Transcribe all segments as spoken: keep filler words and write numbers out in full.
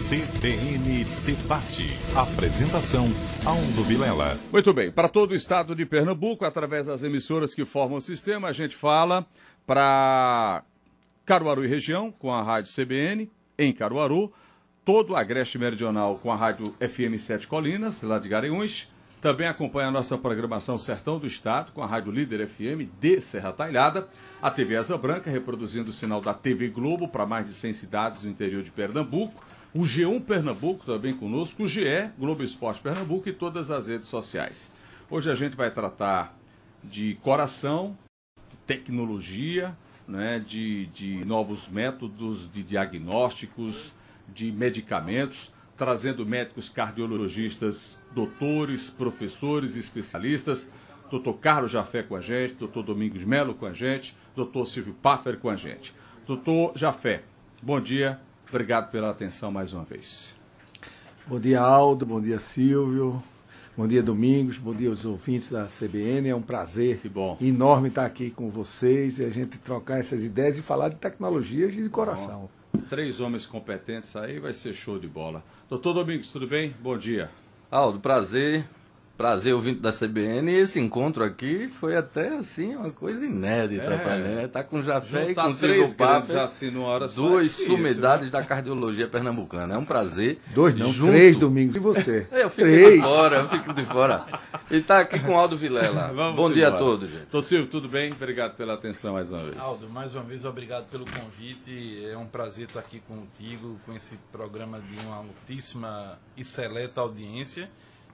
C B N Debate. Apresentação, Aldo Vilela. Muito bem, para todo o estado de Pernambuco, através das emissoras que formam o sistema, a gente fala para Caruaru e região, com a rádio C B N, em Caruaru, todo o Agreste Meridional com a rádio F M Sete Colinas, lá de Garanhuns. Também acompanha a nossa programação Sertão do Estado, com a rádio Líder F M de Serra Talhada. A T V Asa Branca, reproduzindo o sinal da T V Globo para mais de cem cidades no interior de Pernambuco. O G um Pernambuco também conosco, o G E, Globo Esporte Pernambuco e todas as redes sociais. Hoje a gente vai tratar de coração, de tecnologia, né, de, de novos métodos de diagnósticos, de medicamentos, trazendo médicos cardiologistas, doutores, professores e especialistas. doutor Carlos Jafé com a gente, doutor Domingos Melo com a gente, doutor Silvio Paffer com a gente. doutor Jafé, bom dia, obrigado pela atenção mais uma vez. Bom dia, Aldo, bom dia, Silvio, bom dia, Domingos, bom dia aos ouvintes da C B N. É um prazer que bom. enorme estar aqui com vocês e a gente trocar essas ideias e falar de tecnologias e de coração. Bom, três homens competentes aí, vai ser show de bola. doutor Domingos, tudo bem? Bom dia. Aldo, prazer. Prazer, ouvinte da C B N. E esse encontro aqui foi até, assim, uma coisa inédita, é, pra né? Tá com Jafé e com Silvio Paffer, assim, numa hora só, duas é sumidades isso, da cardiologia pernambucana. É um prazer. Dois, não, junto... três Domingos. E você? Eu fico três. de fora, eu fico de fora. E tá aqui com Aldo Vilela. Vamos Bom dia embora. a todos, gente. Doutor Silvio, tudo bem? Obrigado pela atenção mais uma vez. Aldo, mais uma vez, obrigado pelo convite. É um prazer estar aqui contigo, com esse programa de uma altíssima e seleta audiência.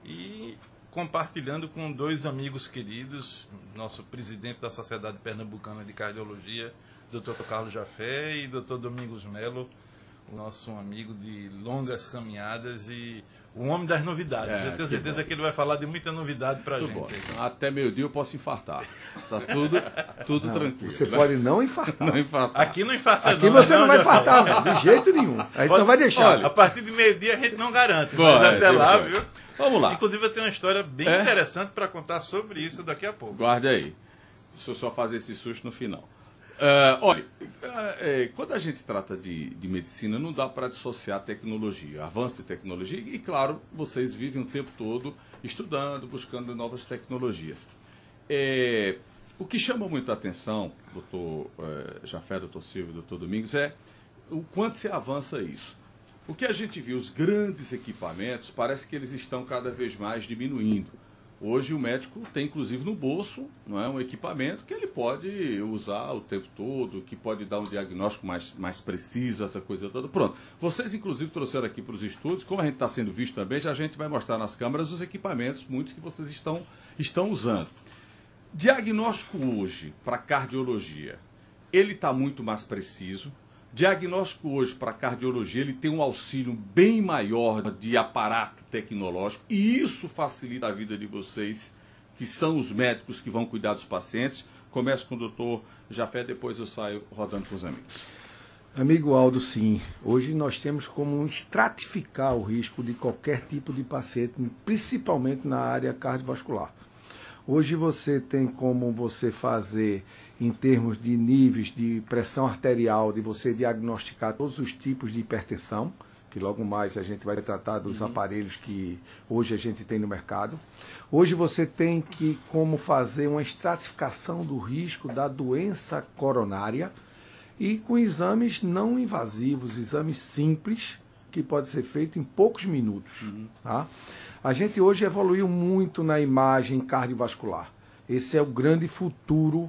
E compartilhando com dois amigos queridos, nosso presidente da Sociedade Pernambucana de Cardiologia, doutor Carlos Jafé, e doutor Domingos Melo, o nosso amigo de longas caminhadas e o homem das novidades. É, eu tenho que certeza bom. que ele vai falar de muita novidade para a gente. Bom. Até meio-dia eu posso infartar. Tá tudo, tudo Não, tranquilo. Você né? pode não infartar. Não infartar. Aqui não infarta Aqui não. você não, não vai já infartar, falou. não, de jeito nenhum. A gente Pode- não vai deixar. olha, A partir de meio-dia a gente não garante, Bom, mas é, até lá, depois. viu? Vamos lá. Inclusive eu tenho uma história bem É? interessante para contar sobre isso daqui a pouco. Guarde aí. Deixa eu só fazer esse susto no final. Uh, olha, uh, uh, quando a gente trata de, de medicina, não dá para dissociar tecnologia, avanço de tecnologia, e claro, vocês vivem o tempo todo estudando, buscando novas tecnologias. É, o que chama muito a atenção, doutor uh, Jafé, doutor Silvio, doutor Domingos, é o quanto se avança isso. O que a gente viu, os grandes equipamentos, parece que eles estão cada vez mais diminuindo. Hoje o médico tem, inclusive, no bolso, não é, um equipamento que ele pode usar o tempo todo, que pode dar um diagnóstico mais, mais preciso, essa coisa toda. Pronto. Vocês, inclusive, trouxeram aqui para os estúdios, como a gente está sendo visto também, já a gente vai mostrar nas câmeras os equipamentos, muitos que vocês estão, estão usando. Diagnóstico hoje para cardiologia, ele está muito mais preciso. Diagnóstico hoje para cardiologia, ele tem um auxílio bem maior de aparato tecnológico e isso facilita a vida de vocês, que são os médicos que vão cuidar dos pacientes. Começo com o doutor Jafé, depois eu saio rodando com os amigos. Amigo Aldo, sim. Hoje nós temos como estratificar o risco de qualquer tipo de paciente, principalmente na área cardiovascular. Hoje você tem como você fazer, em termos de níveis de pressão arterial, de você diagnosticar todos os tipos de hipertensão, que logo mais a gente vai tratar dos uhum. aparelhos que hoje a gente tem no mercado. Hoje você tem que como fazer uma estratificação do risco da doença coronária e com exames não invasivos, exames simples, que pode ser feito em poucos minutos. Uhum. Tá? A gente hoje evoluiu muito na imagem cardiovascular. Esse é o grande futuro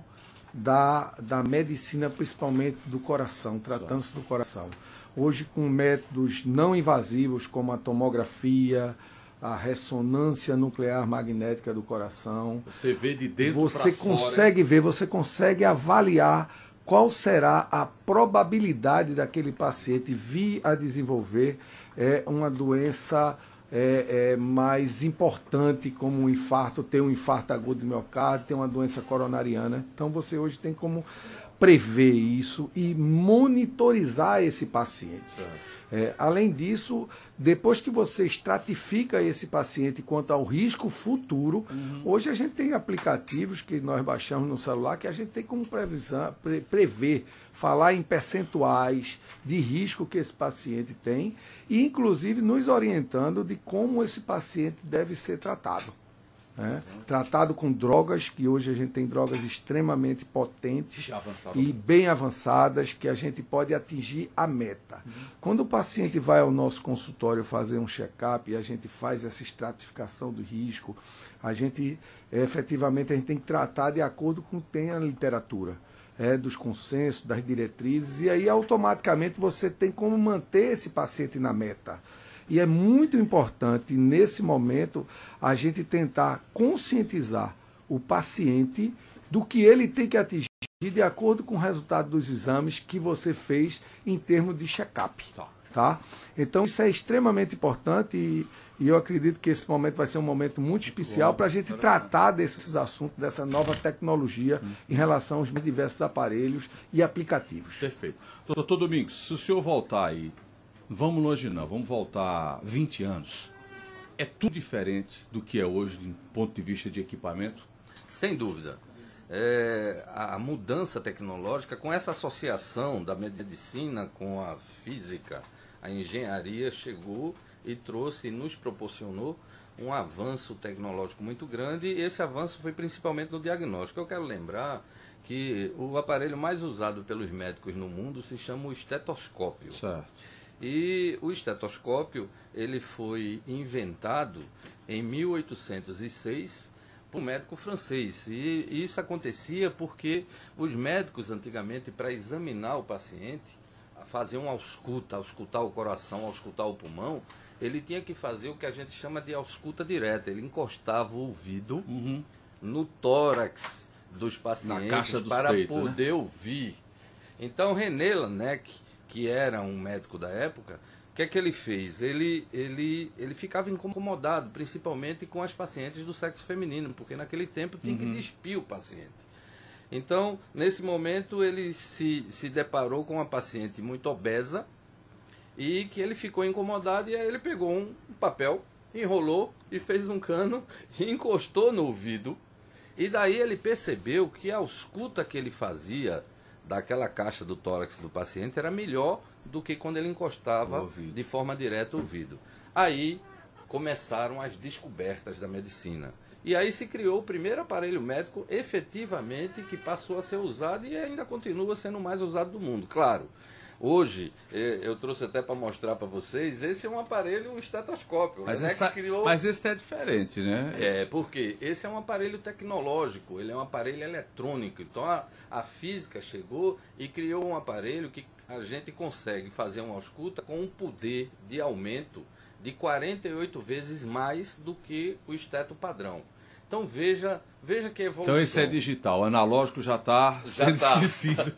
da, da medicina, principalmente do coração, tratando-se do coração. Hoje, com métodos não invasivos, como a tomografia, a ressonância nuclear magnética do coração. Você vê de dentro para fora. Você consegue ver, você consegue avaliar qual será a probabilidade daquele paciente vir a desenvolver é, uma doença é, é, mais importante, como um infarto, ter um infarto agudo do miocárdio, ter uma doença coronariana. Então você hoje tem como prever isso e monitorizar esse paciente. É, além disso, depois que você estratifica esse paciente quanto ao risco futuro, uhum. hoje a gente tem aplicativos que nós baixamos no celular que a gente tem como previsão, pre, prever, falar em percentuais de risco que esse paciente tem e, inclusive, nos orientando de como esse paciente deve ser tratado. Né? Uhum. Tratado com drogas, que hoje a gente tem drogas extremamente potentes e bem avançadas, que a gente pode atingir a meta. Uhum. Quando o paciente vai ao nosso consultório fazer um check-up e a gente faz essa estratificação do risco, a gente, efetivamente, a gente tem que tratar de acordo com o que tem a literatura, é, dos consensos, das diretrizes, e aí automaticamente você tem como manter esse paciente na meta. E é muito importante, nesse momento, a gente tentar conscientizar o paciente do que ele tem que atingir de acordo com o resultado dos exames que você fez em termos de check-up. Tá. Tá? Então, isso é extremamente importante e, e eu acredito que esse momento vai ser um momento muito especial para a gente tratar desses assuntos, dessa nova tecnologia hum. em relação aos mais diversos aparelhos e aplicativos. Perfeito. Doutor Domingos, se o senhor voltar aí, vamos longe não, vamos voltar vinte anos. É tudo diferente do que é hoje, do ponto de vista de equipamento? Sem dúvida. É, a mudança tecnológica, com essa associação da medicina com a física, a engenharia chegou e trouxe, nos proporcionou um avanço tecnológico muito grande, e esse avanço foi principalmente no diagnóstico. Eu quero lembrar que o aparelho mais usado pelos médicos no mundo se chama o estetoscópio. Certo. E o estetoscópio, ele foi inventado em mil oitocentos e seis por um médico francês. E isso acontecia porque os médicos, antigamente, para examinar o paciente, faziam ausculta, auscultar o coração, auscultar o pulmão, ele tinha que fazer o que a gente chama de ausculta direta. Ele encostava o ouvido uhum. no tórax dos pacientes, na caixa dos para peitos, poder né? ouvir. Então, René Laennec, que era um médico da época, o que é que ele fez? Ele, ele, ele ficava incomodado, principalmente com as pacientes do sexo feminino, porque naquele tempo tinha que despir o paciente. Então, nesse momento, ele se, se deparou com uma paciente muito obesa e que ele ficou incomodado, e aí ele pegou um papel, enrolou e fez um cano e encostou no ouvido. E daí ele percebeu que a ausculta que ele fazia daquela caixa do tórax do paciente era melhor do que quando ele encostava de forma direta o ouvido. Aí começaram as descobertas da medicina. E aí se criou o primeiro aparelho médico efetivamente que passou a ser usado e ainda continua sendo o mais usado do mundo. Claro, hoje, eu trouxe até para mostrar para vocês, esse é um aparelho, um estetoscópio. Mas, né, essa, que criou... mas esse é diferente, né? É, porque esse é um aparelho tecnológico, ele é um aparelho eletrônico. Então a, a física chegou e criou um aparelho que a gente consegue fazer uma ausculta com um poder de aumento de quarenta e oito vezes mais do que o esteto padrão. Então veja, veja que evolução. Então esse é digital, o analógico já está sendo tá. esquecido.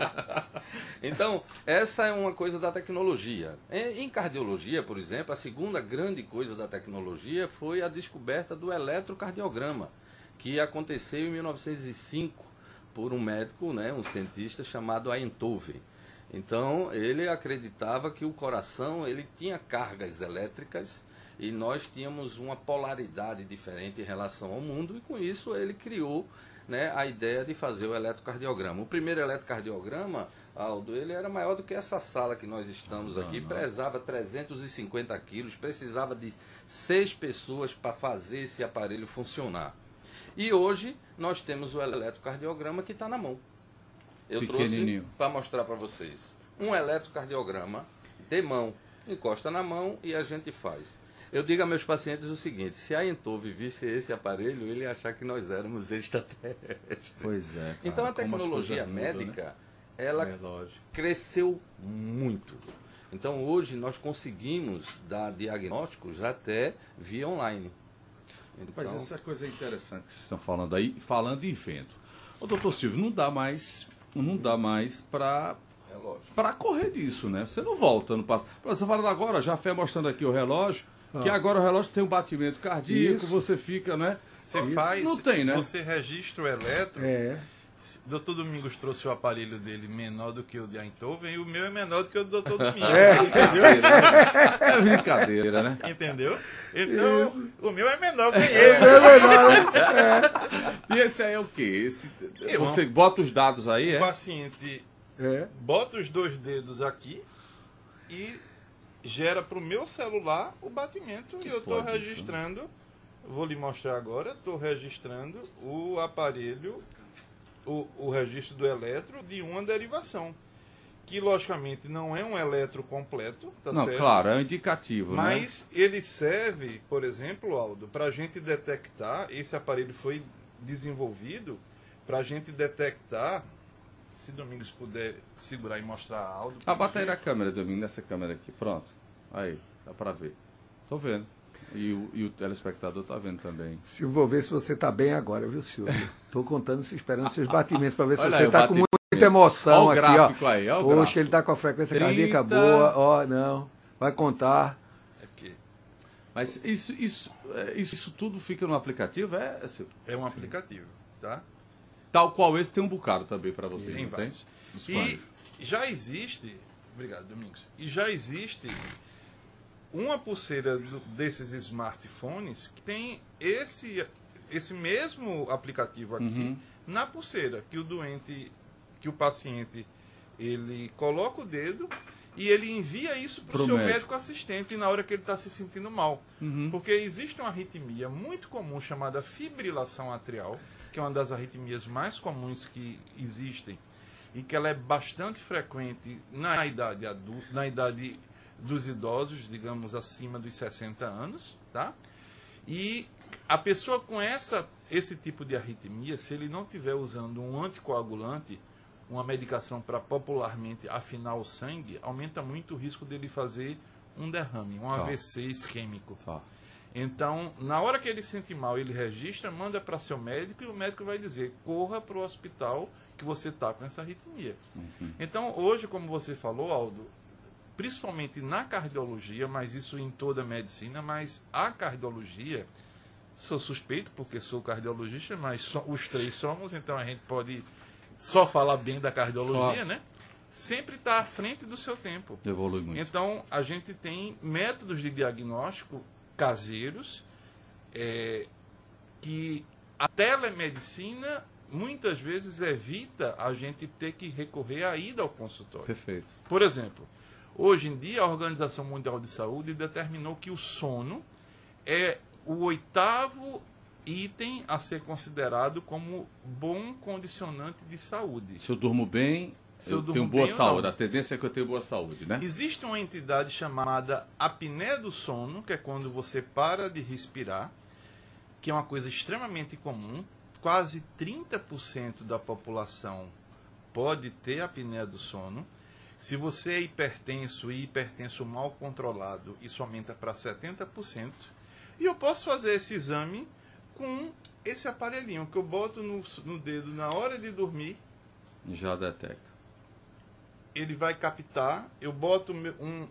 Então, essa é uma coisa da tecnologia. Em cardiologia, por exemplo, a segunda grande coisa da tecnologia foi a descoberta do eletrocardiograma, que aconteceu em mil novecentos e cinco por um médico, né, um cientista chamado Einthoven. Então, ele acreditava que o coração ele tinha cargas elétricas e nós tínhamos uma polaridade diferente em relação ao mundo, e com isso ele criou, né, a ideia de fazer o eletrocardiograma. O primeiro eletrocardiograma, Aldo, ele era maior do que essa sala que nós estamos aqui, não, não. pesava trezentos e cinquenta quilos, precisava de seis pessoas para fazer esse aparelho funcionar. E hoje nós temos o eletrocardiograma que está na mão. Eu trouxe para mostrar para vocês. Um eletrocardiograma de mão, encosta na mão e a gente faz. Eu digo a meus pacientes o seguinte: se a Einthoven visse esse aparelho, ele ia achar que nós éramos extraterrestres. Pois é. Cara, então a tecnologia médica, muda, né? ela é, cresceu muito. Então hoje nós conseguimos dar diagnósticos até via online. Então... Mas essa coisa é interessante que vocês estão falando aí, falando em vento. Ô, doutor Silvio, não dá mais, não dá mais para para correr disso, né? Você não volta no passado. Você falando agora, já foi mostrando aqui o relógio, ah. que agora o relógio tem um batimento cardíaco, isso. Você fica, né? Você faz, não tem, né? Você registra o eletro é. doutor Domingos trouxe o aparelho dele menor do que o de Eindhoven e o meu é menor do que o do doutor Domingos. É, entendeu? É brincadeira, né? Entendeu? Então, Isso. o meu é menor que É ele. verdade, né? E esse aí é o quê? Esse, Eu você bota os dados aí, O é? paciente É. bota os dois dedos aqui e gera para o meu celular o batimento e eu estou pode isso, registrando, vou lhe mostrar agora, estou registrando o aparelho, o, o registro do eletro de uma derivação, que logicamente não é um eletro completo, tá Não, certo? claro, é um indicativo, né? Mas ele serve, por exemplo, Aldo, para a gente detectar, esse aparelho foi desenvolvido para a gente detectar, se Domingos puder segurar e mostrar a Aldo. Ah, bota aí na câmera, Domingo, nessa câmera aqui. Pronto. Aí, dá pra ver. Tô vendo. E o, e o telespectador tá vendo também. Silvio, vou ver se você tá bem agora, viu, Silvio? Tô contando, esperando seus batimentos para ver se Olha você aí o tá com batimento. muita emoção Olha o aqui, gráfico ó. aí, olha o Poxa, gráfico. ele tá com a frequência trinta. cardíaca boa, ó, não. Vai contar. Aqui. Mas isso, isso, é, isso, isso tudo fica no aplicativo? É, Silvio? É um aplicativo, tá? Tal qual esse tem um bocado também pra vocês, Tem não tem? vários. Dos E quais? já existe, obrigado Domingos, e já existe uma pulseira do- desses smartphones que tem esse, esse mesmo aplicativo aqui Uhum. na pulseira, que o doente, que o paciente, ele coloca o dedo e ele envia isso para Pro o seu médico. médico assistente na hora que ele está se sentindo mal. Uhum. Porque existe uma arritmia muito comum chamada fibrilação atrial, que é uma das arritmias mais comuns que existem e que ela é bastante frequente na idade adulta, na idade dos idosos, digamos acima dos sessenta anos, tá? E a pessoa com essa, esse tipo de arritmia, se ele não estiver usando um anticoagulante, uma medicação para popularmente afinar o sangue, aumenta muito o risco dele fazer um derrame, um Tá. A V C isquêmico. Tá. Então, na hora que ele sente mal, ele registra, manda para seu médico e o médico vai dizer, corra para o hospital que você está com essa arritmia. Uhum. Então, hoje, como você falou, Aldo, principalmente na cardiologia, mas isso em toda a medicina, mas a cardiologia, sou suspeito porque sou cardiologista, mas so- os três somos, então a gente pode só falar bem da cardiologia, Claro. né? Sempre está à frente do seu tempo. Evolui muito. Então, a gente tem métodos de diagnóstico caseiros é, que a telemedicina muitas vezes evita a gente ter que recorrer à ida ao consultório. Perfeito. Por exemplo, hoje em dia a Organização Mundial de Saúde determinou que o sono é o oitavo item a ser considerado como bom condicionante de saúde. Se eu durmo bem, Se eu eu, durmo tenho boa bem ou saúde. não. A tendência é que eu tenha boa saúde, né? Existe uma entidade chamada apneia do sono, que é quando você para de respirar, que é uma coisa extremamente comum. Quase trinta por cento da população pode ter apneia do sono. Se você é hipertenso e hipertenso mal controlado, isso aumenta para setenta por cento. E eu posso fazer esse exame com esse aparelhinho que eu boto no, no dedo na hora de dormir. Já detecta. Ele vai captar, eu boto meu- um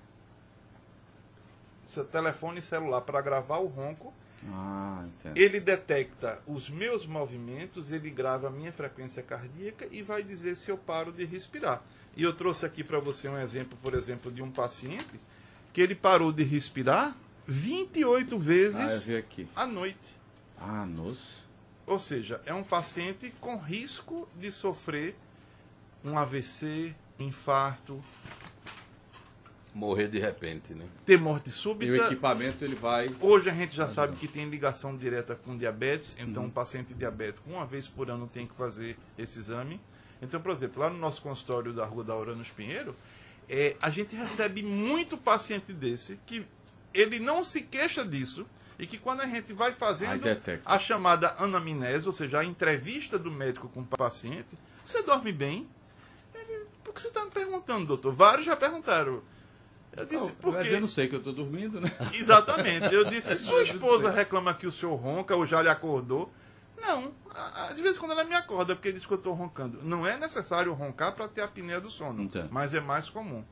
seu telefone celular para gravar o ronco, Ah, entendo. ele detecta os meus movimentos, ele grava a minha frequência cardíaca e vai dizer se eu paro de respirar. E eu trouxe aqui para você um exemplo, por exemplo, de um paciente que ele parou de respirar vinte e oito Ah, eu vezes vi aqui. à noite. Ah, nos. Ou seja, é um paciente com risco de sofrer um A V C, infarto, Morrer de repente, né? ter morte E o súbita. equipamento ele vai. Hoje a gente já sabe que tem ligação direta com diabetes, então Uhum. um paciente diabético, uma vez por ano, tem que fazer esse exame. Então, por exemplo, lá no nosso consultório da Rua da Uranos Pinheiro, é, a gente recebe muito paciente desse que ele não se queixa disso e que quando a gente vai Aí fazendo detecta. a chamada anamnese, ou seja, a entrevista do médico com o paciente, você dorme bem? Ele, por que você está me perguntando, doutor? Vários já perguntaram. Eu disse, por Mas quê? eu não sei que eu tô dormindo, né? Exatamente. Eu disse, sua esposa reclama que o senhor ronca ou já lhe acordou? Não. A- a- De vez em quando ela me acorda porque diz que eu estou roncando. Não é necessário roncar para ter a apneia do sono, Entendo. mas é mais comum.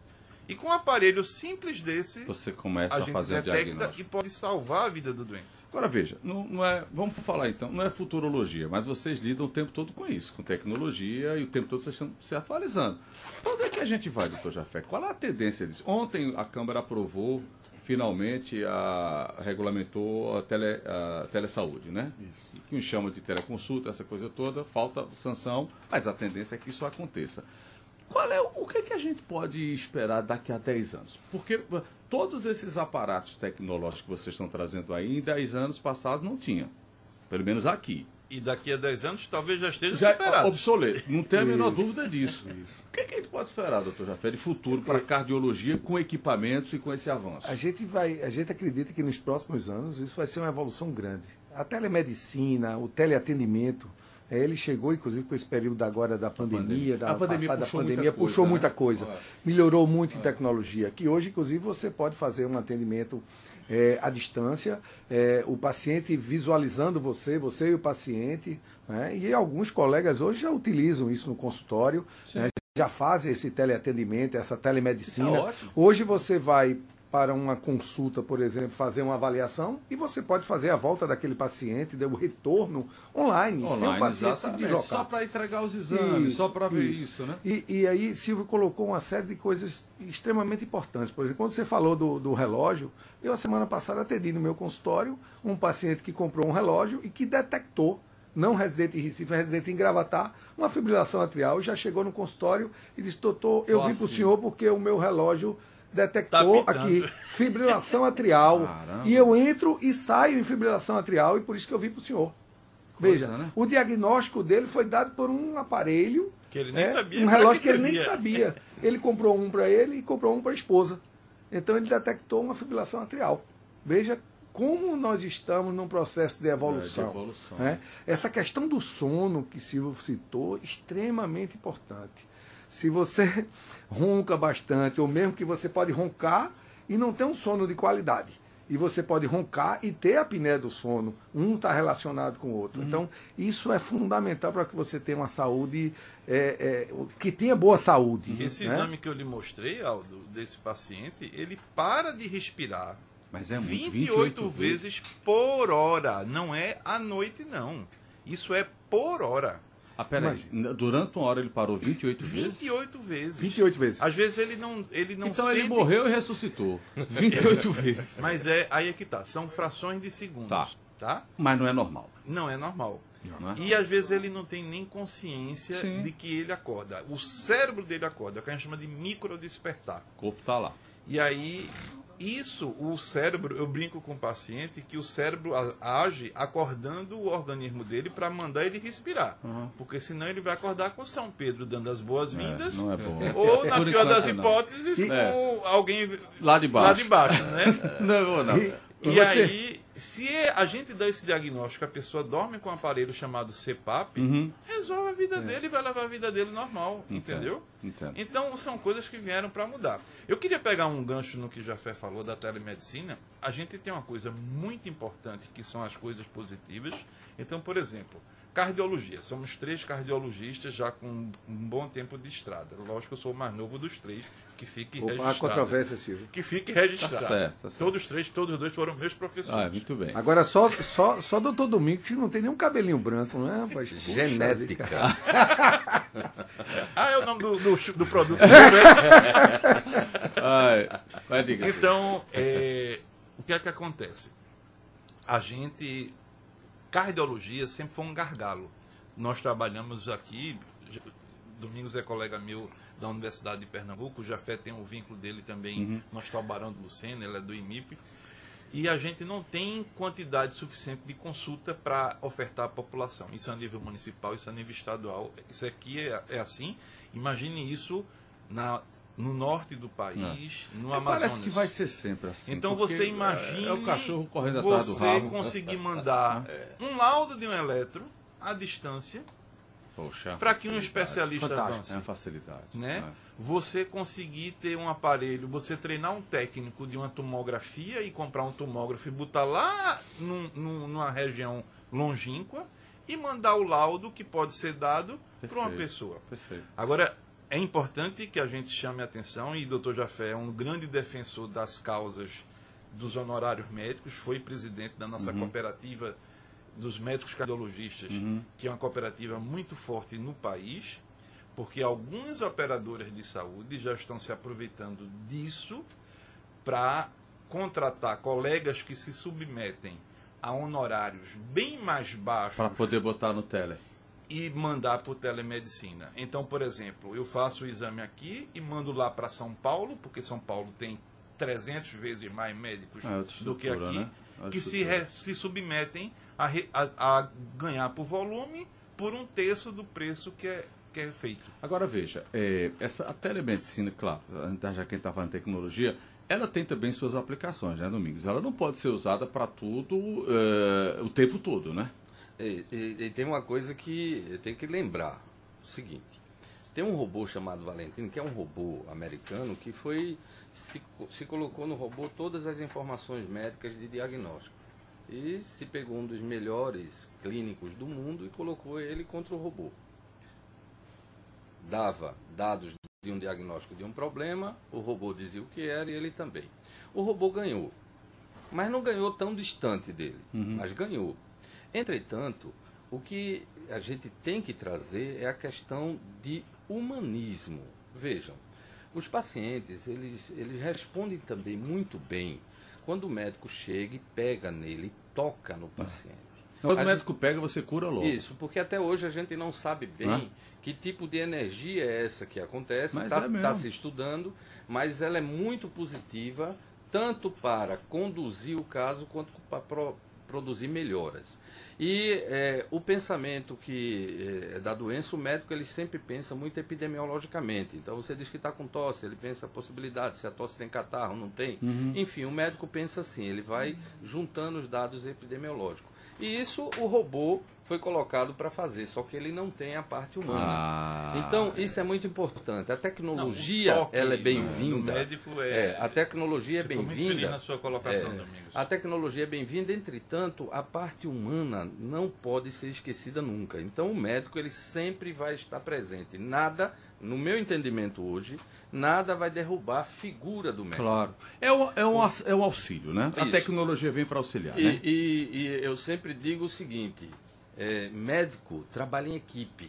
E com um aparelho simples desse, Você começa a a, gente fazer o detecta diagnóstico. e pode salvar a vida do doente. Agora veja, não, não é, vamos falar então, não é futurologia, mas vocês lidam o tempo todo com isso, com tecnologia, e o tempo todo vocês estão se atualizando. Para onde é que a gente vai, doutor Jafé? Qual é a tendência disso? Ontem a Câmara aprovou, finalmente, a, regulamentou a, tele, a telesaúde, né? Isso. Que nos chama de teleconsulta, essa coisa toda, falta sanção, mas a tendência é que isso aconteça. Qual é, o que, é que a gente pode esperar daqui a dez anos? Porque todos esses aparatos tecnológicos que vocês estão trazendo aí, em dez anos passados não tinha. Pelo menos aqui. E daqui a dez anos talvez já esteja Já superado. obsoleto. Não tem a menor Isso. dúvida disso. Isso. O que, é que a gente pode esperar, doutor Jafé, de futuro para a cardiologia com equipamentos e com esse avanço? A gente, vai, a gente acredita que nos próximos anos isso vai ser uma evolução grande. A telemedicina, o teleatendimento, ele chegou, inclusive, com esse período agora da pandemia, da A pandemia passada puxou pandemia, muita coisa, puxou né? muita coisa. É. Melhorou muito em tecnologia. Que hoje, inclusive, você pode fazer um atendimento é, à distância, é, o paciente visualizando você, você e o paciente, né? E alguns colegas hoje já utilizam isso no consultório, né? Já fazem esse teleatendimento, essa telemedicina. Isso é ótimo. Hoje você vai para uma consulta, por exemplo, fazer uma avaliação e você pode fazer a volta daquele paciente, o retorno online, sem o Online, paciente se exatamente. deslocar. Só para entregar os exames, Isso, só para ver isso. isso, né? E, e aí Silvio colocou uma série de coisas extremamente importantes. Por exemplo, quando você falou do, do relógio, eu a semana passada atendi no meu consultório um paciente que comprou um relógio e que detectou, não residente em Recife, residente em Gravatá, uma fibrilação atrial, já chegou no consultório e disse, doutor, eu Só vim para o assim. senhor porque o meu relógio detectou Tá pitando. aqui fibrilação atrial. Caramba. E eu entro e saio em fibrilação atrial e por isso que eu vim para o senhor. Coisa, Veja, né? o diagnóstico dele foi dado por um aparelho, Que ele nem né, sabia um pra relógio que que ele nem servia. sabia. Ele comprou um para ele e comprou um para a esposa. Então ele detectou uma fibrilação atrial. Veja como nós estamos num processo de evolução. É, de evolução. Né? Essa questão do sono que Silvio citou, extremamente importante. Se você ronca bastante, ou mesmo que você pode roncar e não ter um sono de qualidade. E você pode roncar e ter a apneia do sono. Um está relacionado com o outro. Uhum. Então, isso é fundamental para que você tenha uma saúde, é, é, que tenha boa saúde. Esse né? exame que eu lhe mostrei, Aldo, desse paciente, ele para de respirar Mas é muito, vinte e oito vezes por hora. Não é à noite, não. Isso é por hora. Ah, peraí. Durante uma hora ele parou vinte e oito vezes? vinte e oito vezes. vinte e oito vezes. Às vezes ele não, ele não Então sente... ele morreu e ressuscitou. vinte e oito vezes. Mas é, aí é que tá. São frações de segundos. Tá. Tá? Mas não é normal. Não é normal. Não é? E às vezes ele não tem nem consciência Sim. de que ele acorda. O cérebro dele acorda, é o que a gente chama de microdespertar. O corpo está lá. E aí, isso, o cérebro, eu brinco com o paciente que o cérebro a- age acordando o organismo dele para mandar ele respirar. Uhum. Porque senão ele vai acordar com São Pedro dando as boas-vindas. É, não é bom. Ou, na Por pior das enquanto, não. hipóteses, E- com É. alguém Lá de baixo. lá de baixo, né? Não, vou não. E- E Você- aí, se a gente dá esse diagnóstico, a pessoa dorme com um aparelho chamado C PAP, Uhum. resolve a vida dele e vai levar a vida dele normal, Entendo, entendeu? entendo. Então, são coisas que vieram para mudar. Eu queria pegar um gancho no que o Jafé falou da telemedicina. A gente tem uma coisa muito importante, que são as coisas positivas. Então, por exemplo, cardiologia. Somos três cardiologistas já com um bom tempo de estrada. Lógico que eu sou o mais novo dos três, que fique Opa, há registrado. controvérsia, Silvio. Que fique registrado. Tá certo, tá certo. Todos três, todos os dois foram meus professores. Ah, muito bem. Agora, só, só, só doutor Domingos que não tem nenhum cabelinho branco, né, rapaz? Puxa Genética. vida. Ah, é o nome do, do, do produto. Ai, vai, diga. Então, é, o que é que acontece? A gente, cardiologia sempre foi um gargalo. Nós trabalhamos aqui, Domingos é colega meu da Universidade de Pernambuco, o Jafé tem um vínculo dele também Uhum. no Hospital Barão do Lucena, ele é do I M I P, e a gente não tem quantidade suficiente de consulta para ofertar à população. Isso a nível municipal, isso a nível estadual. Isso aqui é, é assim. Imagine isso na, no norte do país, no Amazonas. Parece que vai ser sempre assim. Então porque você imagine É, é o cachorro correndo atrás do você rabo. conseguir mandar um laudo de um eletro à distância Poxa, para que um facilidade. especialista Fantástico. É avance. uma facilidade. Né? É. Você conseguir ter um aparelho, você treinar um técnico de uma tomografia e comprar um tomógrafo e botar lá num, num- numa região longínqua e mandar o laudo que pode ser dado para uma Perfeito. pessoa. Perfeito. Agora, é importante que a gente chame a atenção, e o doutor Jafé é um grande defensor das causas dos honorários médicos, foi presidente da nossa uhum. cooperativa dos médicos cardiologistas, uhum. que é uma cooperativa muito forte no país, porque algumas operadoras de saúde já estão se aproveitando disso para contratar colegas que se submetem a honorários bem mais baixos. Para poder botar no tele. E mandar por telemedicina. Então, por exemplo, eu faço o exame aqui e mando lá para São Paulo, porque São Paulo tem trezentas vezes mais médicos é, do que aqui, né? que se, re, se submetem a, a, a ganhar por volume por um terço do preço que é, que é feito. Agora veja, é, essa, a telemedicina, claro, já quem está falando de tecnologia, ela tem também suas aplicações, né, Domingos? Ela não pode ser usada para tudo uh, o tempo todo, né? E, e, e tem uma coisa que eu tenho que lembrar, o seguinte, tem um robô chamado Valentino, que é um robô americano, que foi se, se colocou no robô todas as informações médicas de diagnóstico. E se pegou um dos melhores clínicos do mundo e colocou ele contra o robô. Dava dados de um diagnóstico de um problema, o robô dizia o que era e ele também. O robô ganhou, mas não ganhou tão distante dele, uhum. mas ganhou. Entretanto, o que a gente tem que trazer é a questão de humanismo. Vejam, os pacientes, eles, eles respondem também muito bem quando o médico chega e pega nele, toca no paciente. Quando a o médico gente... pega, você cura logo. Isso, porque até hoje a gente não sabe bem Hã? que tipo de energia é essa que acontece, está é tá se estudando, mas ela é muito positiva, tanto para conduzir o caso, quanto para pro, produzir melhoras. E é, o pensamento que é, da doença, o médico ele sempre pensa muito epidemiologicamente. Então você diz que está com tosse, ele pensa a possibilidade, se a tosse tem catarro, não tem. Uhum. Enfim, o médico pensa assim, ele vai juntando os dados epidemiológicos. E isso o robô foi colocado para fazer, só que ele não tem a parte humana. Ah, então, isso é muito importante. A tecnologia, não, ela é bem-vinda. É, é, a tecnologia é bem-vinda. Na sua colocação, é, a tecnologia é bem-vinda, entretanto, a parte humana não pode ser esquecida nunca. Então, o médico ele sempre vai estar presente. Nada, no meu entendimento hoje, nada vai derrubar a figura do médico. Claro. É um, é um, é um auxílio, né? Isso. A tecnologia vem para auxiliar, e, né? E, e eu sempre digo o seguinte... É, médico trabalha em equipe.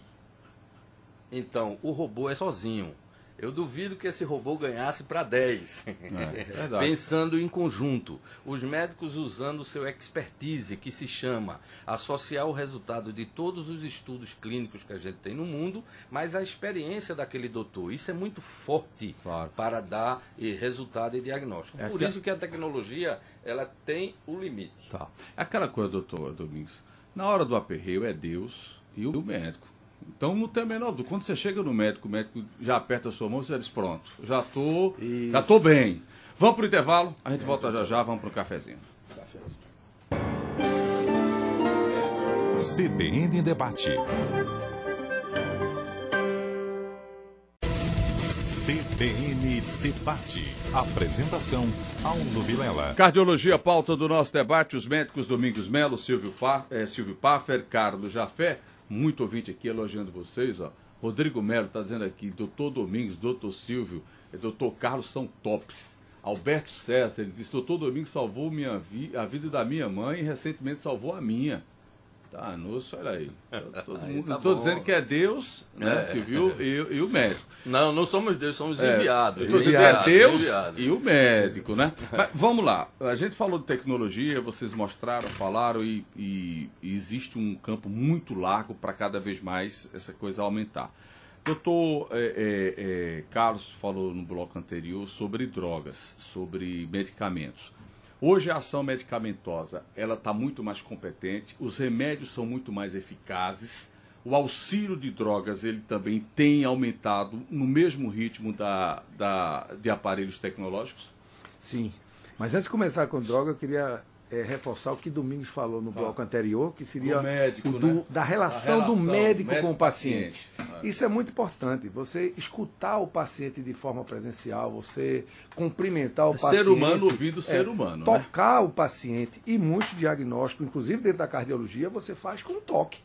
Então, o robô é sozinho. Eu duvido que esse robô ganhasse para dez. É, pensando em conjunto. Os médicos usando o seu expertise, que se chama associar o resultado de todos os estudos clínicos que a gente tem no mundo, mas a experiência daquele doutor. Isso é muito forte claro. para dar resultado e diagnóstico. É Por que... isso que a tecnologia ela tem o limite. Tá. Aquela coisa, doutor Domingos, na hora do aperreio é Deus e o médico. Então não tem a menor dúvida. Quando você chega no médico, o médico já aperta a sua mão e você diz, pronto, já tô, já tô bem. Vamos pro intervalo, a gente volta já já, vamos pro cafezinho. Cafezinho. C B N Debate. C B N Debate. Apresentação, Aldo Vilela. Cardiologia, pauta do nosso debate. Os médicos Domingos Melo, Silvio, Fa, eh, Silvio Paffer, Carlos Jafé. Muito ouvinte aqui elogiando vocês. Ó. Rodrigo Melo está dizendo aqui, doutor Domingos, doutor Silvio, e doutor Carlos são tops. Alberto César, ele disse, doutor Domingos salvou minha vi a vida da minha mãe e recentemente salvou a minha. Tá, nossa, olha aí. Todo aí mundo, tá estou bom. dizendo que é Deus, né, é. Silvio, e, e o médico. Não, não somos Deus, somos é, enviados. Enviado, é Deus enviado. E o médico, né? Mas, vamos lá, a gente falou de tecnologia, vocês mostraram, falaram, e, e, e existe um campo muito largo para cada vez mais essa coisa aumentar. Doutor é, é, é, Carlos falou no bloco anterior sobre drogas, sobre medicamentos. Hoje a ação medicamentosa ela está muito mais competente, os remédios são muito mais eficazes, o auxílio de drogas ele também tem aumentado no mesmo ritmo da, da, de aparelhos tecnológicos? Sim, mas antes de começar com droga eu queria é, reforçar o que Domingos falou no bloco ah, anterior, que seria médico, o do, né? da relação, relação do médico, médico com o paciente. paciente. Isso é muito importante, você escutar o paciente de forma presencial, você cumprimentar o ser paciente. Ser humano ouvindo o ser é, humano. Tocar né? o paciente, e muitos diagnósticos, inclusive dentro da cardiologia, você faz com toque.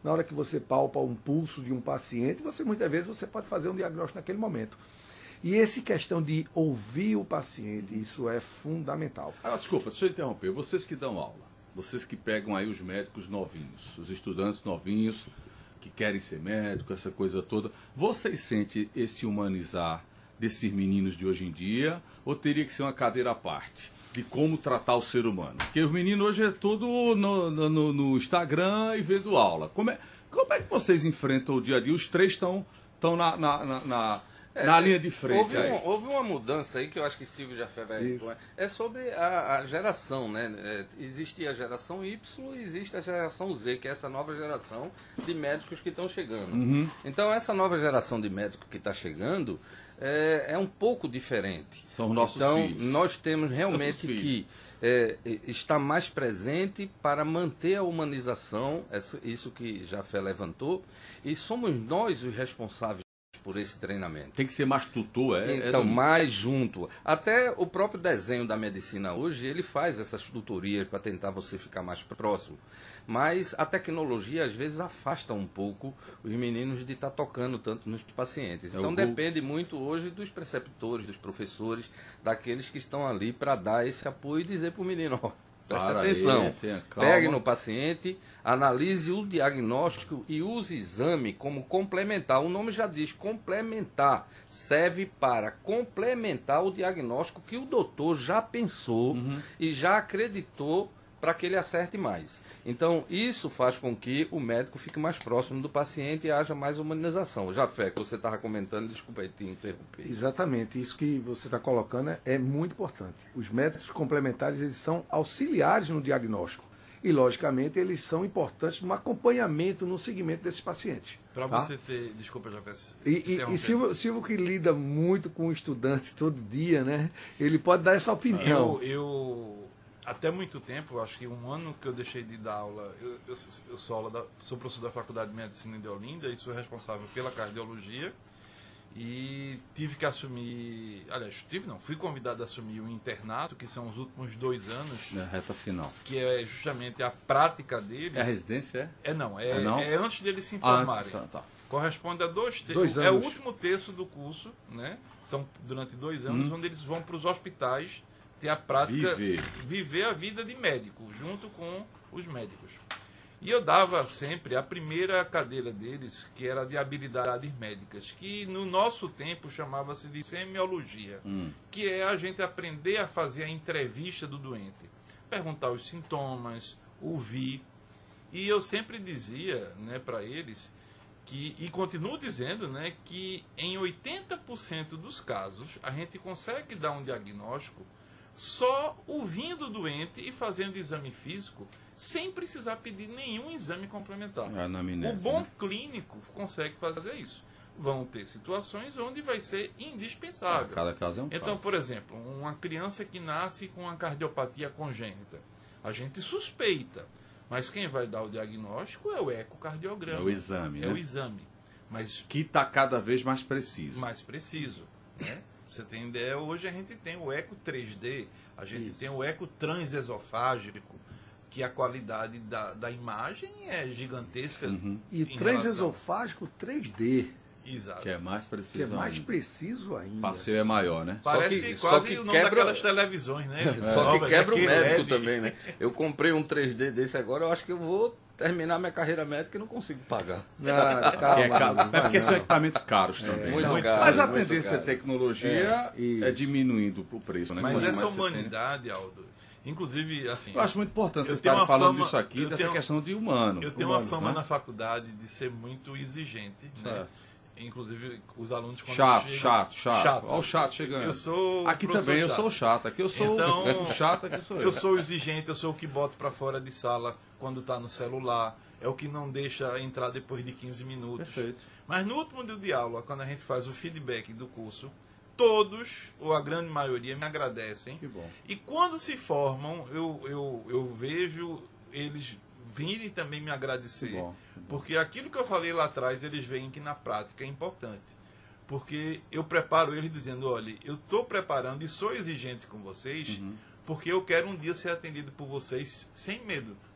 Na hora que você palpa um pulso de um paciente, você muitas vezes você pode fazer um diagnóstico naquele momento. E essa questão de ouvir o paciente, isso é fundamental. Agora, desculpa, deixa eu interromper. Vocês que dão aula, vocês que pegam aí os médicos novinhos, os estudantes novinhos que querem ser médicos, essa coisa toda, vocês sentem esse humanizar desses meninos de hoje em dia, ou teria que ser uma cadeira à parte de como tratar o ser humano? Porque os meninos hoje é tudo no, no, no Instagram e vendo aula. Como é, como é que vocês enfrentam o dia a dia? Os três estão na, na, na, na, é, na linha de frente. Houve, aí. Um, houve uma mudança aí que eu acho que Silvio já vai... É sobre a, a geração, né? É, existe a geração Y e existe a geração Z, que é essa nova geração de médicos que estão chegando. Uhum. Então, essa nova geração de médicos que está chegando é, é um pouco diferente. São os nossos então, filhos. nós temos realmente que é, estar mais presente para manter a humanização, isso que Jafé levantou, e somos nós os responsáveis por esse treinamento. Tem que ser mais tutor, é? Então, é mais junto. Até o próprio desenho da medicina hoje, ele faz essas tutorias para tentar você ficar mais próximo. Mas a tecnologia, às vezes, afasta um pouco os meninos de estar tocando tanto nos pacientes. Então, é depende muito hoje dos preceptores, dos professores, daqueles que estão ali para dar esse apoio e dizer para o menino, ó, presta Para atenção, aí, calma. pegue no paciente, analise o diagnóstico e use exame como complementar. O nome já diz, complementar. Serve para complementar o diagnóstico que o doutor já pensou uhum. e já acreditou para que ele acerte mais. Então, isso faz com que o médico fique mais próximo do paciente e haja mais humanização. Jafé, que você estava comentando, desculpa aí te interromper. Exatamente, isso que você está colocando é muito importante. Os médicos complementares, eles são auxiliares no diagnóstico. E, logicamente, eles são importantes no acompanhamento, no seguimento desses pacientes. Para tá? você ter... Desculpa, Jafé. E, e, e Silvio, Silvio, que lida muito com o estudante todo dia, né? Ele pode dar essa opinião. Eu... eu... Até muito tempo, acho que um ano que eu deixei de dar aula, eu, eu, eu sou, aula da, sou professor da Faculdade de Medicina de Olinda e sou responsável pela cardiologia e tive que assumir, aliás, tive não, fui convidado a assumir o internato, que são os últimos dois anos. Na reta final. Que é justamente a prática deles. É a residência, é? É não, é, é, não? é antes deles se informarem. Ah, tá. Corresponde a dois terços, dois é o anos. último terço do curso, né? São durante dois anos, hum. onde eles vão para os hospitais ter a prática, viver. viver a vida de médico, junto com os médicos. E eu dava sempre a primeira cadeira deles, que era de habilidades médicas, que no nosso tempo chamava-se de semiologia, hum. que é a gente aprender a fazer a entrevista do doente, perguntar os sintomas, ouvir. E eu sempre dizia, né, para eles, que, e continuo dizendo, né, que em oitenta por cento dos casos a gente consegue dar um diagnóstico só ouvindo o doente e fazendo exame físico, sem precisar pedir nenhum exame complementar. É, na amnésia, o bom né? clínico consegue fazer isso. Vão ter situações onde vai ser indispensável. Ah, cada caso é um Então, caso. por exemplo, uma criança que nasce com uma cardiopatia congênita, a gente suspeita, mas quem vai dar o diagnóstico é o ecocardiograma. É o exame, É né? o exame. Mas que está cada vez mais preciso. mais preciso, né? Você tem ideia, hoje a gente tem o eco três D, a gente Isso. tem o eco transesofágico, que a qualidade da, da imagem é gigantesca. Uhum. E transesofágico três D. Exato. Que é mais preciso Que é mais ainda. preciso ainda. O passeio é maior, né? Parece Só que- quase só que o nome quebra- daquelas televisões, né? Só que Nova, quebra o daquele médico L E D. também, né? Eu comprei um três D desse agora, eu acho que eu vou terminar minha carreira médica e não consigo pagar. Ah, calma, É, caro. não vai é porque não. são equipamentos caros também. muito Não, caro, mas a muito tendência caro. é tecnologia É, é, e- diminuindo o preço, né? Mas Quanto essa mais você tem, né? humanidade, Aldo, inclusive, assim... Eu acho muito importante eu vocês tenho estarem uma falando fama- disso aqui, eu dessa tenho- questão de humano. Eu tenho humano, uma fama né? na faculdade de ser muito exigente, né? Inclusive, os alunos... quando Chato, chegam- chato, chato, Chato. Olha o chato chegando. Eu sou Aqui professor também eu chato. sou chato. Aqui eu sou Então, o chato, aqui sou eu. Eu sou exigente, eu sou o que boto para fora de sala quando está no celular. É o que não deixa entrar depois de quinze minutos. Perfeito. Mas no último dia de aula, quando a gente faz o feedback do curso, todos, ou a grande maioria, me agradecem. Que bom. E quando se formam, eu, eu, eu vejo eles virem também me agradecer. Que bom, que bom. Porque aquilo que eu falei lá atrás, eles veem que na prática é importante. Porque eu preparo eles dizendo, olha, eu estou preparando e sou exigente com vocês, Uhum. porque eu quero um dia ser atendido por vocês sem medo.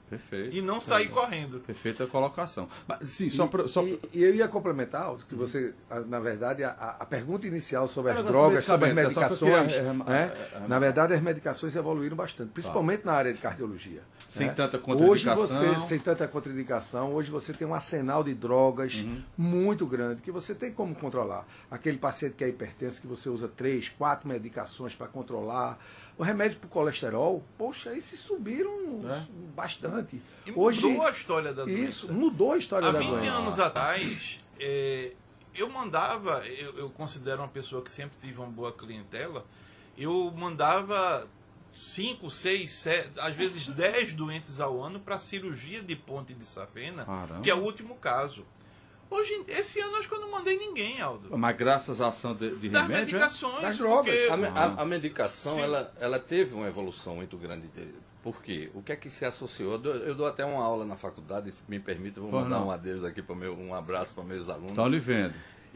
Perfeito. E não sair correndo. Perfeita colocação. Mas, sim, só pra, só E, e eu ia complementar, Aldo, que você, a- na verdade, a, a pergunta inicial sobre as Era drogas, sobre as medicamento, é só que eu medicações, queria, é, né? é, é, na verdade, as medicações evoluíram bastante, principalmente na área de cardiologia. Sem né? tanta Hoje contraindicação. você, sem tanta contraindicação, hoje você tem um arsenal de drogas Uhum. muito grande que você tem como controlar. Aquele paciente que é hipertenso, que você usa três, quatro medicações para controlar. O remédio para o colesterol, poxa, esses subiram É. bastante. E Hoje, mudou a história da doença. isso, mudou a história Há da vinte doença. anos atrás, é, eu mandava, eu, eu considero uma pessoa que sempre tive uma boa clientela, eu mandava cinco, seis, sete, às vezes dez doentes ao ano para cirurgia de ponte de safena, Caramba. que é o último caso. Hoje, esse ano, acho que eu não mandei ninguém, Aldo. Mas graças à ação de, de Das remédio. é? medicações, Das drogas. porque- A, me- a- a medicação, Sim. ela, ela teve uma evolução muito grande. De- Por quê? O que é que se associou? Eu dou, eu dou até uma aula na faculdade, se me permite, eu vou Pois mandar não. um adeus aqui para meu, um abraço para meus alunos. Estão lhe vendo.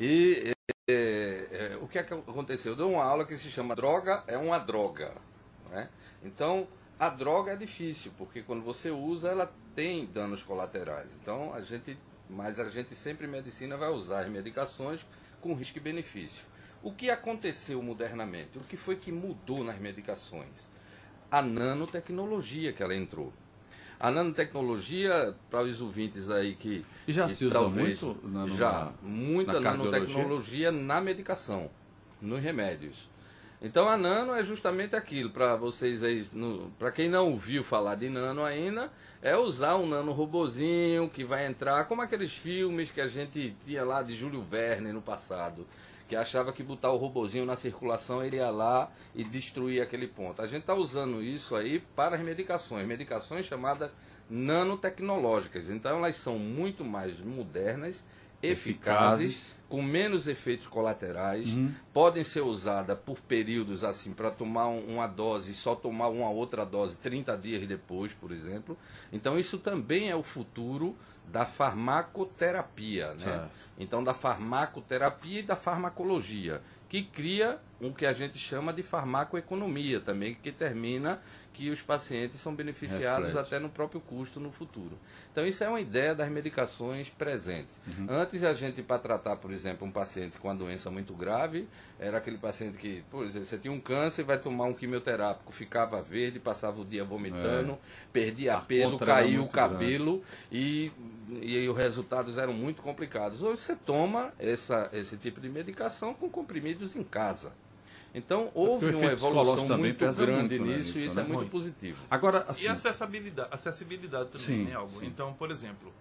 E é, é, o que é que aconteceu? Eu dou uma aula que se chama Droga é uma droga. Né? Então, a droga é difícil, porque quando você usa, ela tem danos colaterais. Então, a gente, mas a gente sempre em medicina vai usar as medicações com risco e benefício. O que aconteceu modernamente? O que foi que mudou nas medicações? A nanotecnologia que ela entrou. A nanotecnologia, para os ouvintes aí que... E já que se usa talvez- muito nano- Já, na- muita na cardiologia? nanotecnologia na medicação, nos remédios. Então a nano é justamente aquilo, para vocês aí, para quem não ouviu falar de nano ainda, é usar um nanorobozinho que vai entrar, como aqueles filmes que a gente tinha lá de Júlio Verne no passado, que achava que botar o robozinho na circulação ele ia lá e destruir aquele ponto. A gente está usando isso aí para as medicações, medicações chamadas nanotecnológicas. Então elas são muito mais modernas, eficazes, Eficazes. com menos efeitos colaterais, podem ser usadas por períodos assim, para tomar um- uma dose e só tomar uma outra dose trinta dias depois, por exemplo. Então isso também é o futuro da farmacoterapia, né? Certo. Então da farmacoterapia e da farmacologia, que cria o que a gente chama de farmacoeconomia também, que termina que os pacientes são beneficiados Reflete. até no próprio custo no futuro. Então isso é uma ideia das medicações presentes. Antes a gente, para tratar, por exemplo, um paciente com uma doença muito grave, era aquele paciente que, por exemplo, você tinha um câncer e vai tomar um quimioterápico, ficava verde, passava o dia vomitando, perdia A peso, contra era caiu o muito cabelo e, e aí os resultados eram muito complicados. Hoje você toma essa, esse tipo de medicação com comprimidos em casa. Então houve Porque o uma efeito psicológico evolução também muito pesa grande muito, né, nisso e nisso, isso né? é muito Muito. positivo. Agora, E assim. acessibilidade, acessibilidade também, Sim, né, algo. sim. Então, por exemplo,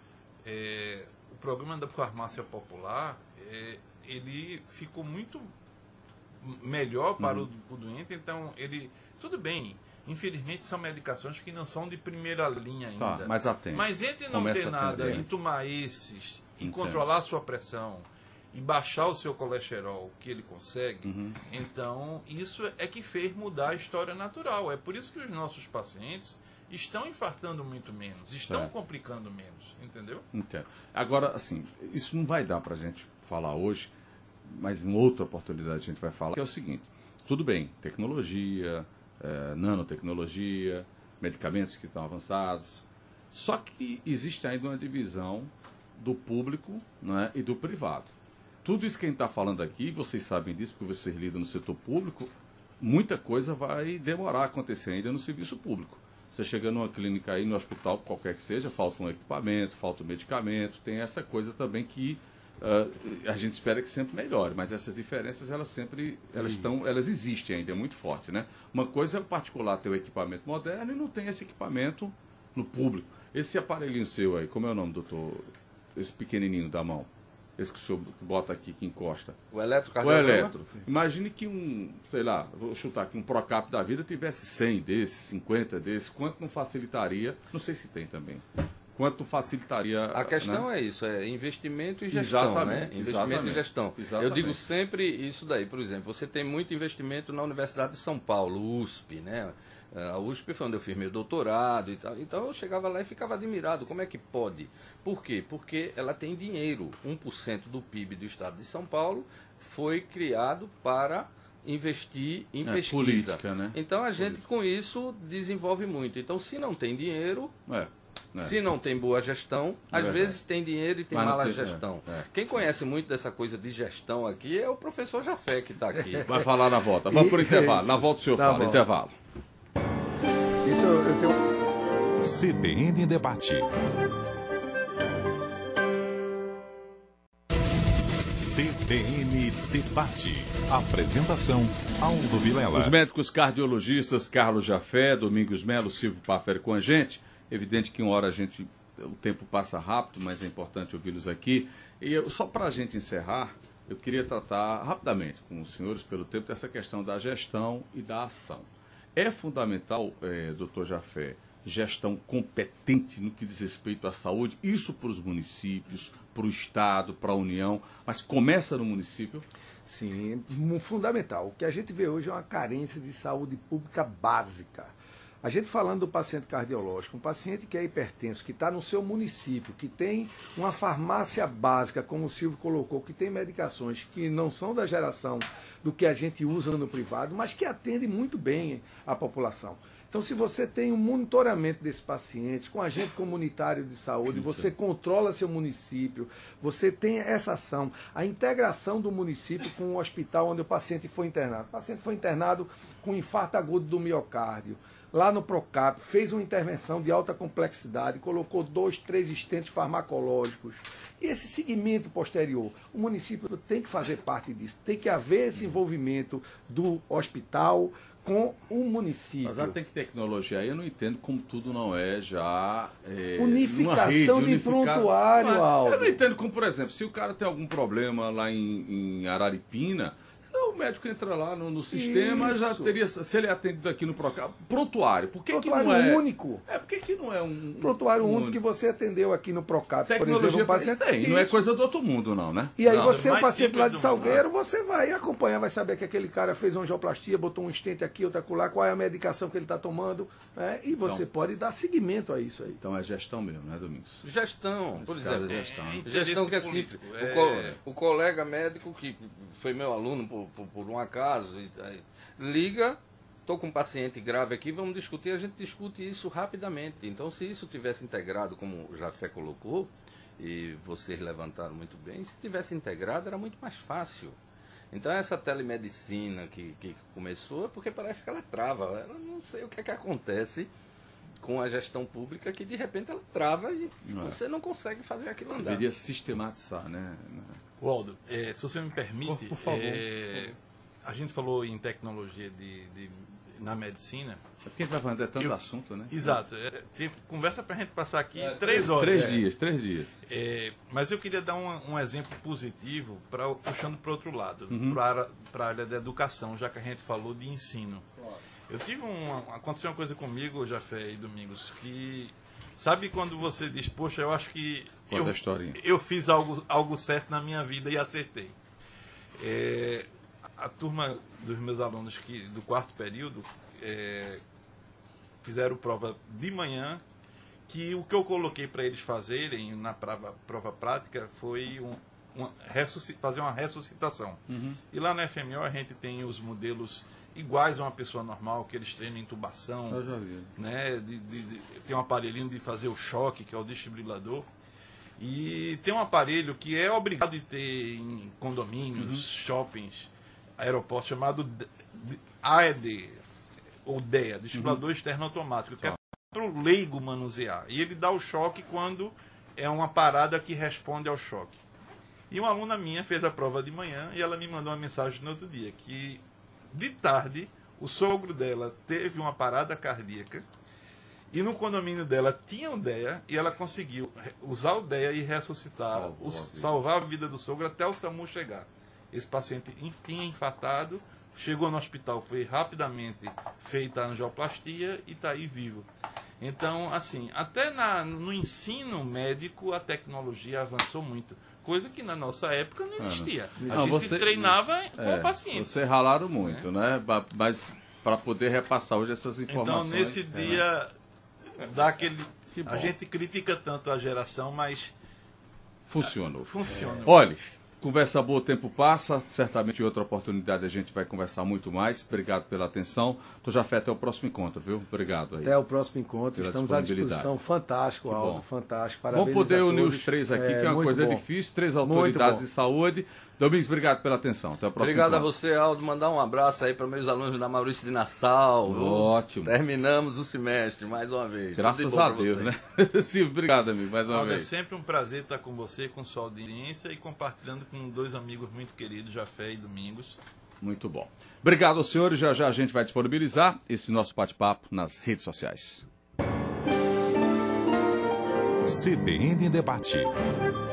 é, o programa da farmácia popular, é, ele ficou muito melhor para Uhum. o, o doente. Então, ele, tudo bem. Infelizmente, são medicações que não são de primeira linha ainda. Tá, mas atende. Mas entre não Começa ter a nada atender. e tomar esses, e Entendo. controlar a sua pressão, e baixar o seu colesterol, que ele consegue, Uhum. então isso é que fez mudar a história natural. É por isso que os nossos pacientes estão infartando muito menos, estão Certo. complicando menos, entendeu? Entendo. Agora, assim, isso não vai dar para a gente falar hoje, mas em outra oportunidade a gente vai falar, que é o seguinte, tudo bem, tecnologia, eh, nanotecnologia, medicamentos que estão avançados, só que existe ainda uma divisão do público, né, e do privado. Tudo isso que a gente está falando aqui, vocês sabem disso, porque vocês lidam no setor público, muita coisa vai demorar a acontecer ainda no serviço público. Você chega numa clínica aí, no hospital, qualquer que seja, falta um equipamento, falta um medicamento, tem essa coisa também que ah, a gente espera que sempre melhore, mas essas diferenças, elas sempre, elas estão, elas existem ainda, é muito forte, né? Uma coisa é o particular ter o equipamento moderno e não tem esse equipamento no público. Esse aparelhinho seu aí, como é o nome, doutor? Esse pequenininho da mão. Esse que o senhor bota aqui, que encosta. O O eletrocardiograma? eletro. Imagine que um, sei lá, vou chutar aqui, um Procap da vida tivesse cem desses, cinquenta desses. Quanto não facilitaria? Não sei se tem também. Quanto facilitaria. A questão né? é isso, é investimento e gestão, Exatamente, né? Investimento exatamente, e gestão. Eu exatamente. digo sempre isso daí, por exemplo, você tem muito investimento na Universidade de São Paulo, U S P, né? A U S P foi onde eu fiz meu doutorado e tal. Então eu chegava lá e ficava admirado. Como é que pode? Por quê? Porque ela tem dinheiro. um por cento do P I B do estado de São Paulo foi criado para investir em É, pesquisa. política, né? Então a gente Política. com isso desenvolve muito. Então se não tem dinheiro, É. É. Se não tem boa gestão, É às verdade. vezes tem dinheiro e tem Mas não mala tem- gestão. é, é. Quem conhece muito dessa coisa de gestão aqui é o professor Jafé, que está aqui. Vai falar na volta. Vamos por intervalo. Na volta o senhor Tá fala. bom. Intervalo. Isso eu, eu tenho. C B N Debate. C B N Debate. Apresentação, Aldo Vilela. Os médicos cardiologistas Carlos Jafé, Domingos Melo, Silvio Paffer com a gente. Evidente que uma hora a gente, o tempo passa rápido, mas é importante ouvi-los aqui. E eu, só para a gente encerrar, eu queria tratar rapidamente com os senhores, pelo tempo, dessa questão da gestão e da ação. É fundamental, eh, doutor Jafé, gestão competente no que diz respeito à saúde, isso para os municípios, para o Estado, para a União, mas começa no município? Sim, mu- fundamental. O que a gente vê hoje é uma carência de saúde pública básica. A gente falando do paciente cardiológico, um paciente que é hipertenso, que está no seu município, que tem uma farmácia básica, como o Silvio colocou, que tem medicações que não são da geração do que a gente usa no privado, mas que atende muito bem a população. Então, se você tem um monitoramento desse paciente, com agente comunitário de saúde, você controla seu município, você tem essa ação, a integração do município com o hospital onde o paciente foi internado. O paciente foi internado com infarto agudo do miocárdio, lá no Procap, fez uma intervenção de alta complexidade, colocou dois, três estentes farmacológicos. E esse segmento posterior, o município tem que fazer parte disso, tem que haver esse envolvimento do hospital com o município. Mas já tem que tecnologia aí, eu não entendo como tudo não é já... É, Unificação numa rede, de unificado. prontuário, Mas Aldo. Eu não entendo como, por exemplo, se o cara tem algum problema lá em, em Araripina, o médico entra lá no, no sistema, já Isso. teria, se ele é atendido aqui no Procap, prontuário. Por que, que Prontuário não é... único. É, por que, que não é um... Prontuário um, único que você atendeu aqui no Procap, por Tecnologia exemplo, um para isso paciente tem, não é Isso. coisa do outro mundo não, né? E aí Não, você, é o mais paciente lá de simples do mundo. Salgueiro, você vai acompanhar, vai saber que aquele cara fez uma angioplastia, botou um estente aqui, outra acolá, qual é a medicação que ele está tomando, né? E você Então. pode dar seguimento a isso aí. Então é gestão mesmo, né, Domingos? Gestão, por Esse caso exemplo. é gestão. Gestão que é Interesse simples. político, O, é- co- o colega médico, que foi meu aluno por, por, por um acaso, e- aí, liga, estou com um paciente grave aqui, vamos discutir, a gente discute isso rapidamente. Então, se isso tivesse integrado, como o Jafé colocou, e vocês levantaram muito bem, se tivesse integrado era muito mais fácil. Então, essa telemedicina que, que começou é porque parece que ela trava. Eu não sei o que é que acontece com a gestão pública, que de repente ela trava e Não é. você não consegue fazer aquilo andar. Deveria sistematizar, né? Waldo, é, se você me permite, Por- por favor. é, a gente falou em tecnologia de, de- na medicina. É porque a gente vai falando, é tanto Eu- assunto, né? Exato. É, tem conversa para a gente passar aqui É, três horas. Três É. dias, três dias. É, mas eu queria dar um, um exemplo positivo, pra, puxando para o outro lado, Uhum. para a área da educação, já que a gente falou de ensino. Eu tive uma, aconteceu uma coisa comigo, Jafé e Domingos, que sabe quando você diz, poxa, eu acho que Conta eu, a historinha. eu fiz algo, algo certo na minha vida e acertei. É, a turma dos meus alunos que, do quarto período é, fizeram prova de manhã, que o que eu coloquei para eles fazerem na prova, prova prática foi um, uma, ressusci- fazer uma ressuscitação. Uhum. E lá na F M O a gente tem os modelos iguais a uma pessoa normal, que eles treinam intubação, Eu já vi. né? De, de- de- tem um aparelhinho de fazer o choque, que é o desfibrilador. E tem um aparelho que é obrigado de ter em condomínios, shoppings, aeroportos, chamado D- D- A E D, ou D E A, desfibrilador externo automático, que é para o leigo manusear. E ele dá o choque quando é uma parada que responde ao choque. E uma aluna minha fez a prova de manhã e ela me mandou uma mensagem no outro dia, que de tarde o sogro dela teve uma parada cardíaca e no condomínio dela tinha o D E A e ela conseguiu re- usar o D E A e ressuscitar, Salvou o- a vida. salvar a vida do sogro até o SAMU chegar. Esse paciente in- tinha infartado, chegou no hospital, foi rapidamente feita a angioplastia e está aí vivo. Então, assim, até na, no ensino médico a tecnologia avançou muito. Coisa que na nossa época não existia. A Não, gente você- treinava com É, o paciente. Você ralaram muito, né? Ba- Mas para poder repassar hoje essas Então, informações. nesse é, dia, dá aquele. Que bom. A gente critica tanto a geração, mas funcionou. funciona. Olha, Conversa boa, o tempo passa. Certamente em outra oportunidade a gente vai conversar muito mais. Obrigado pela atenção. Doutor Jafé, até o próximo encontro, viu? Obrigado aí. Até o próximo encontro. Pela Estamos à disposição. Fantástico, Aldo. Fantástico. Parabéns. Vamos poder a unir todos. os três aqui, É, que é uma muito coisa bom. difícil. Três autoridades de saúde. Domingos, obrigado pela atenção. Até o próximo Obrigado encontro. a você, Aldo. Mandar um abraço aí para meus alunos da Maurício de Nassau. Ótimo. Terminamos o semestre mais uma vez. Graças Tudo de bom a pra Deus, vocês. né? Sim, obrigado, amigo, mais uma Aldo, é vez. sempre um prazer estar com você, com sua audiência e compartilhando com dois amigos muito queridos, Jafé e Domingos. Muito bom. Obrigado aos senhores. Já já a gente vai disponibilizar esse nosso bate-papo nas redes sociais. C B N Debate.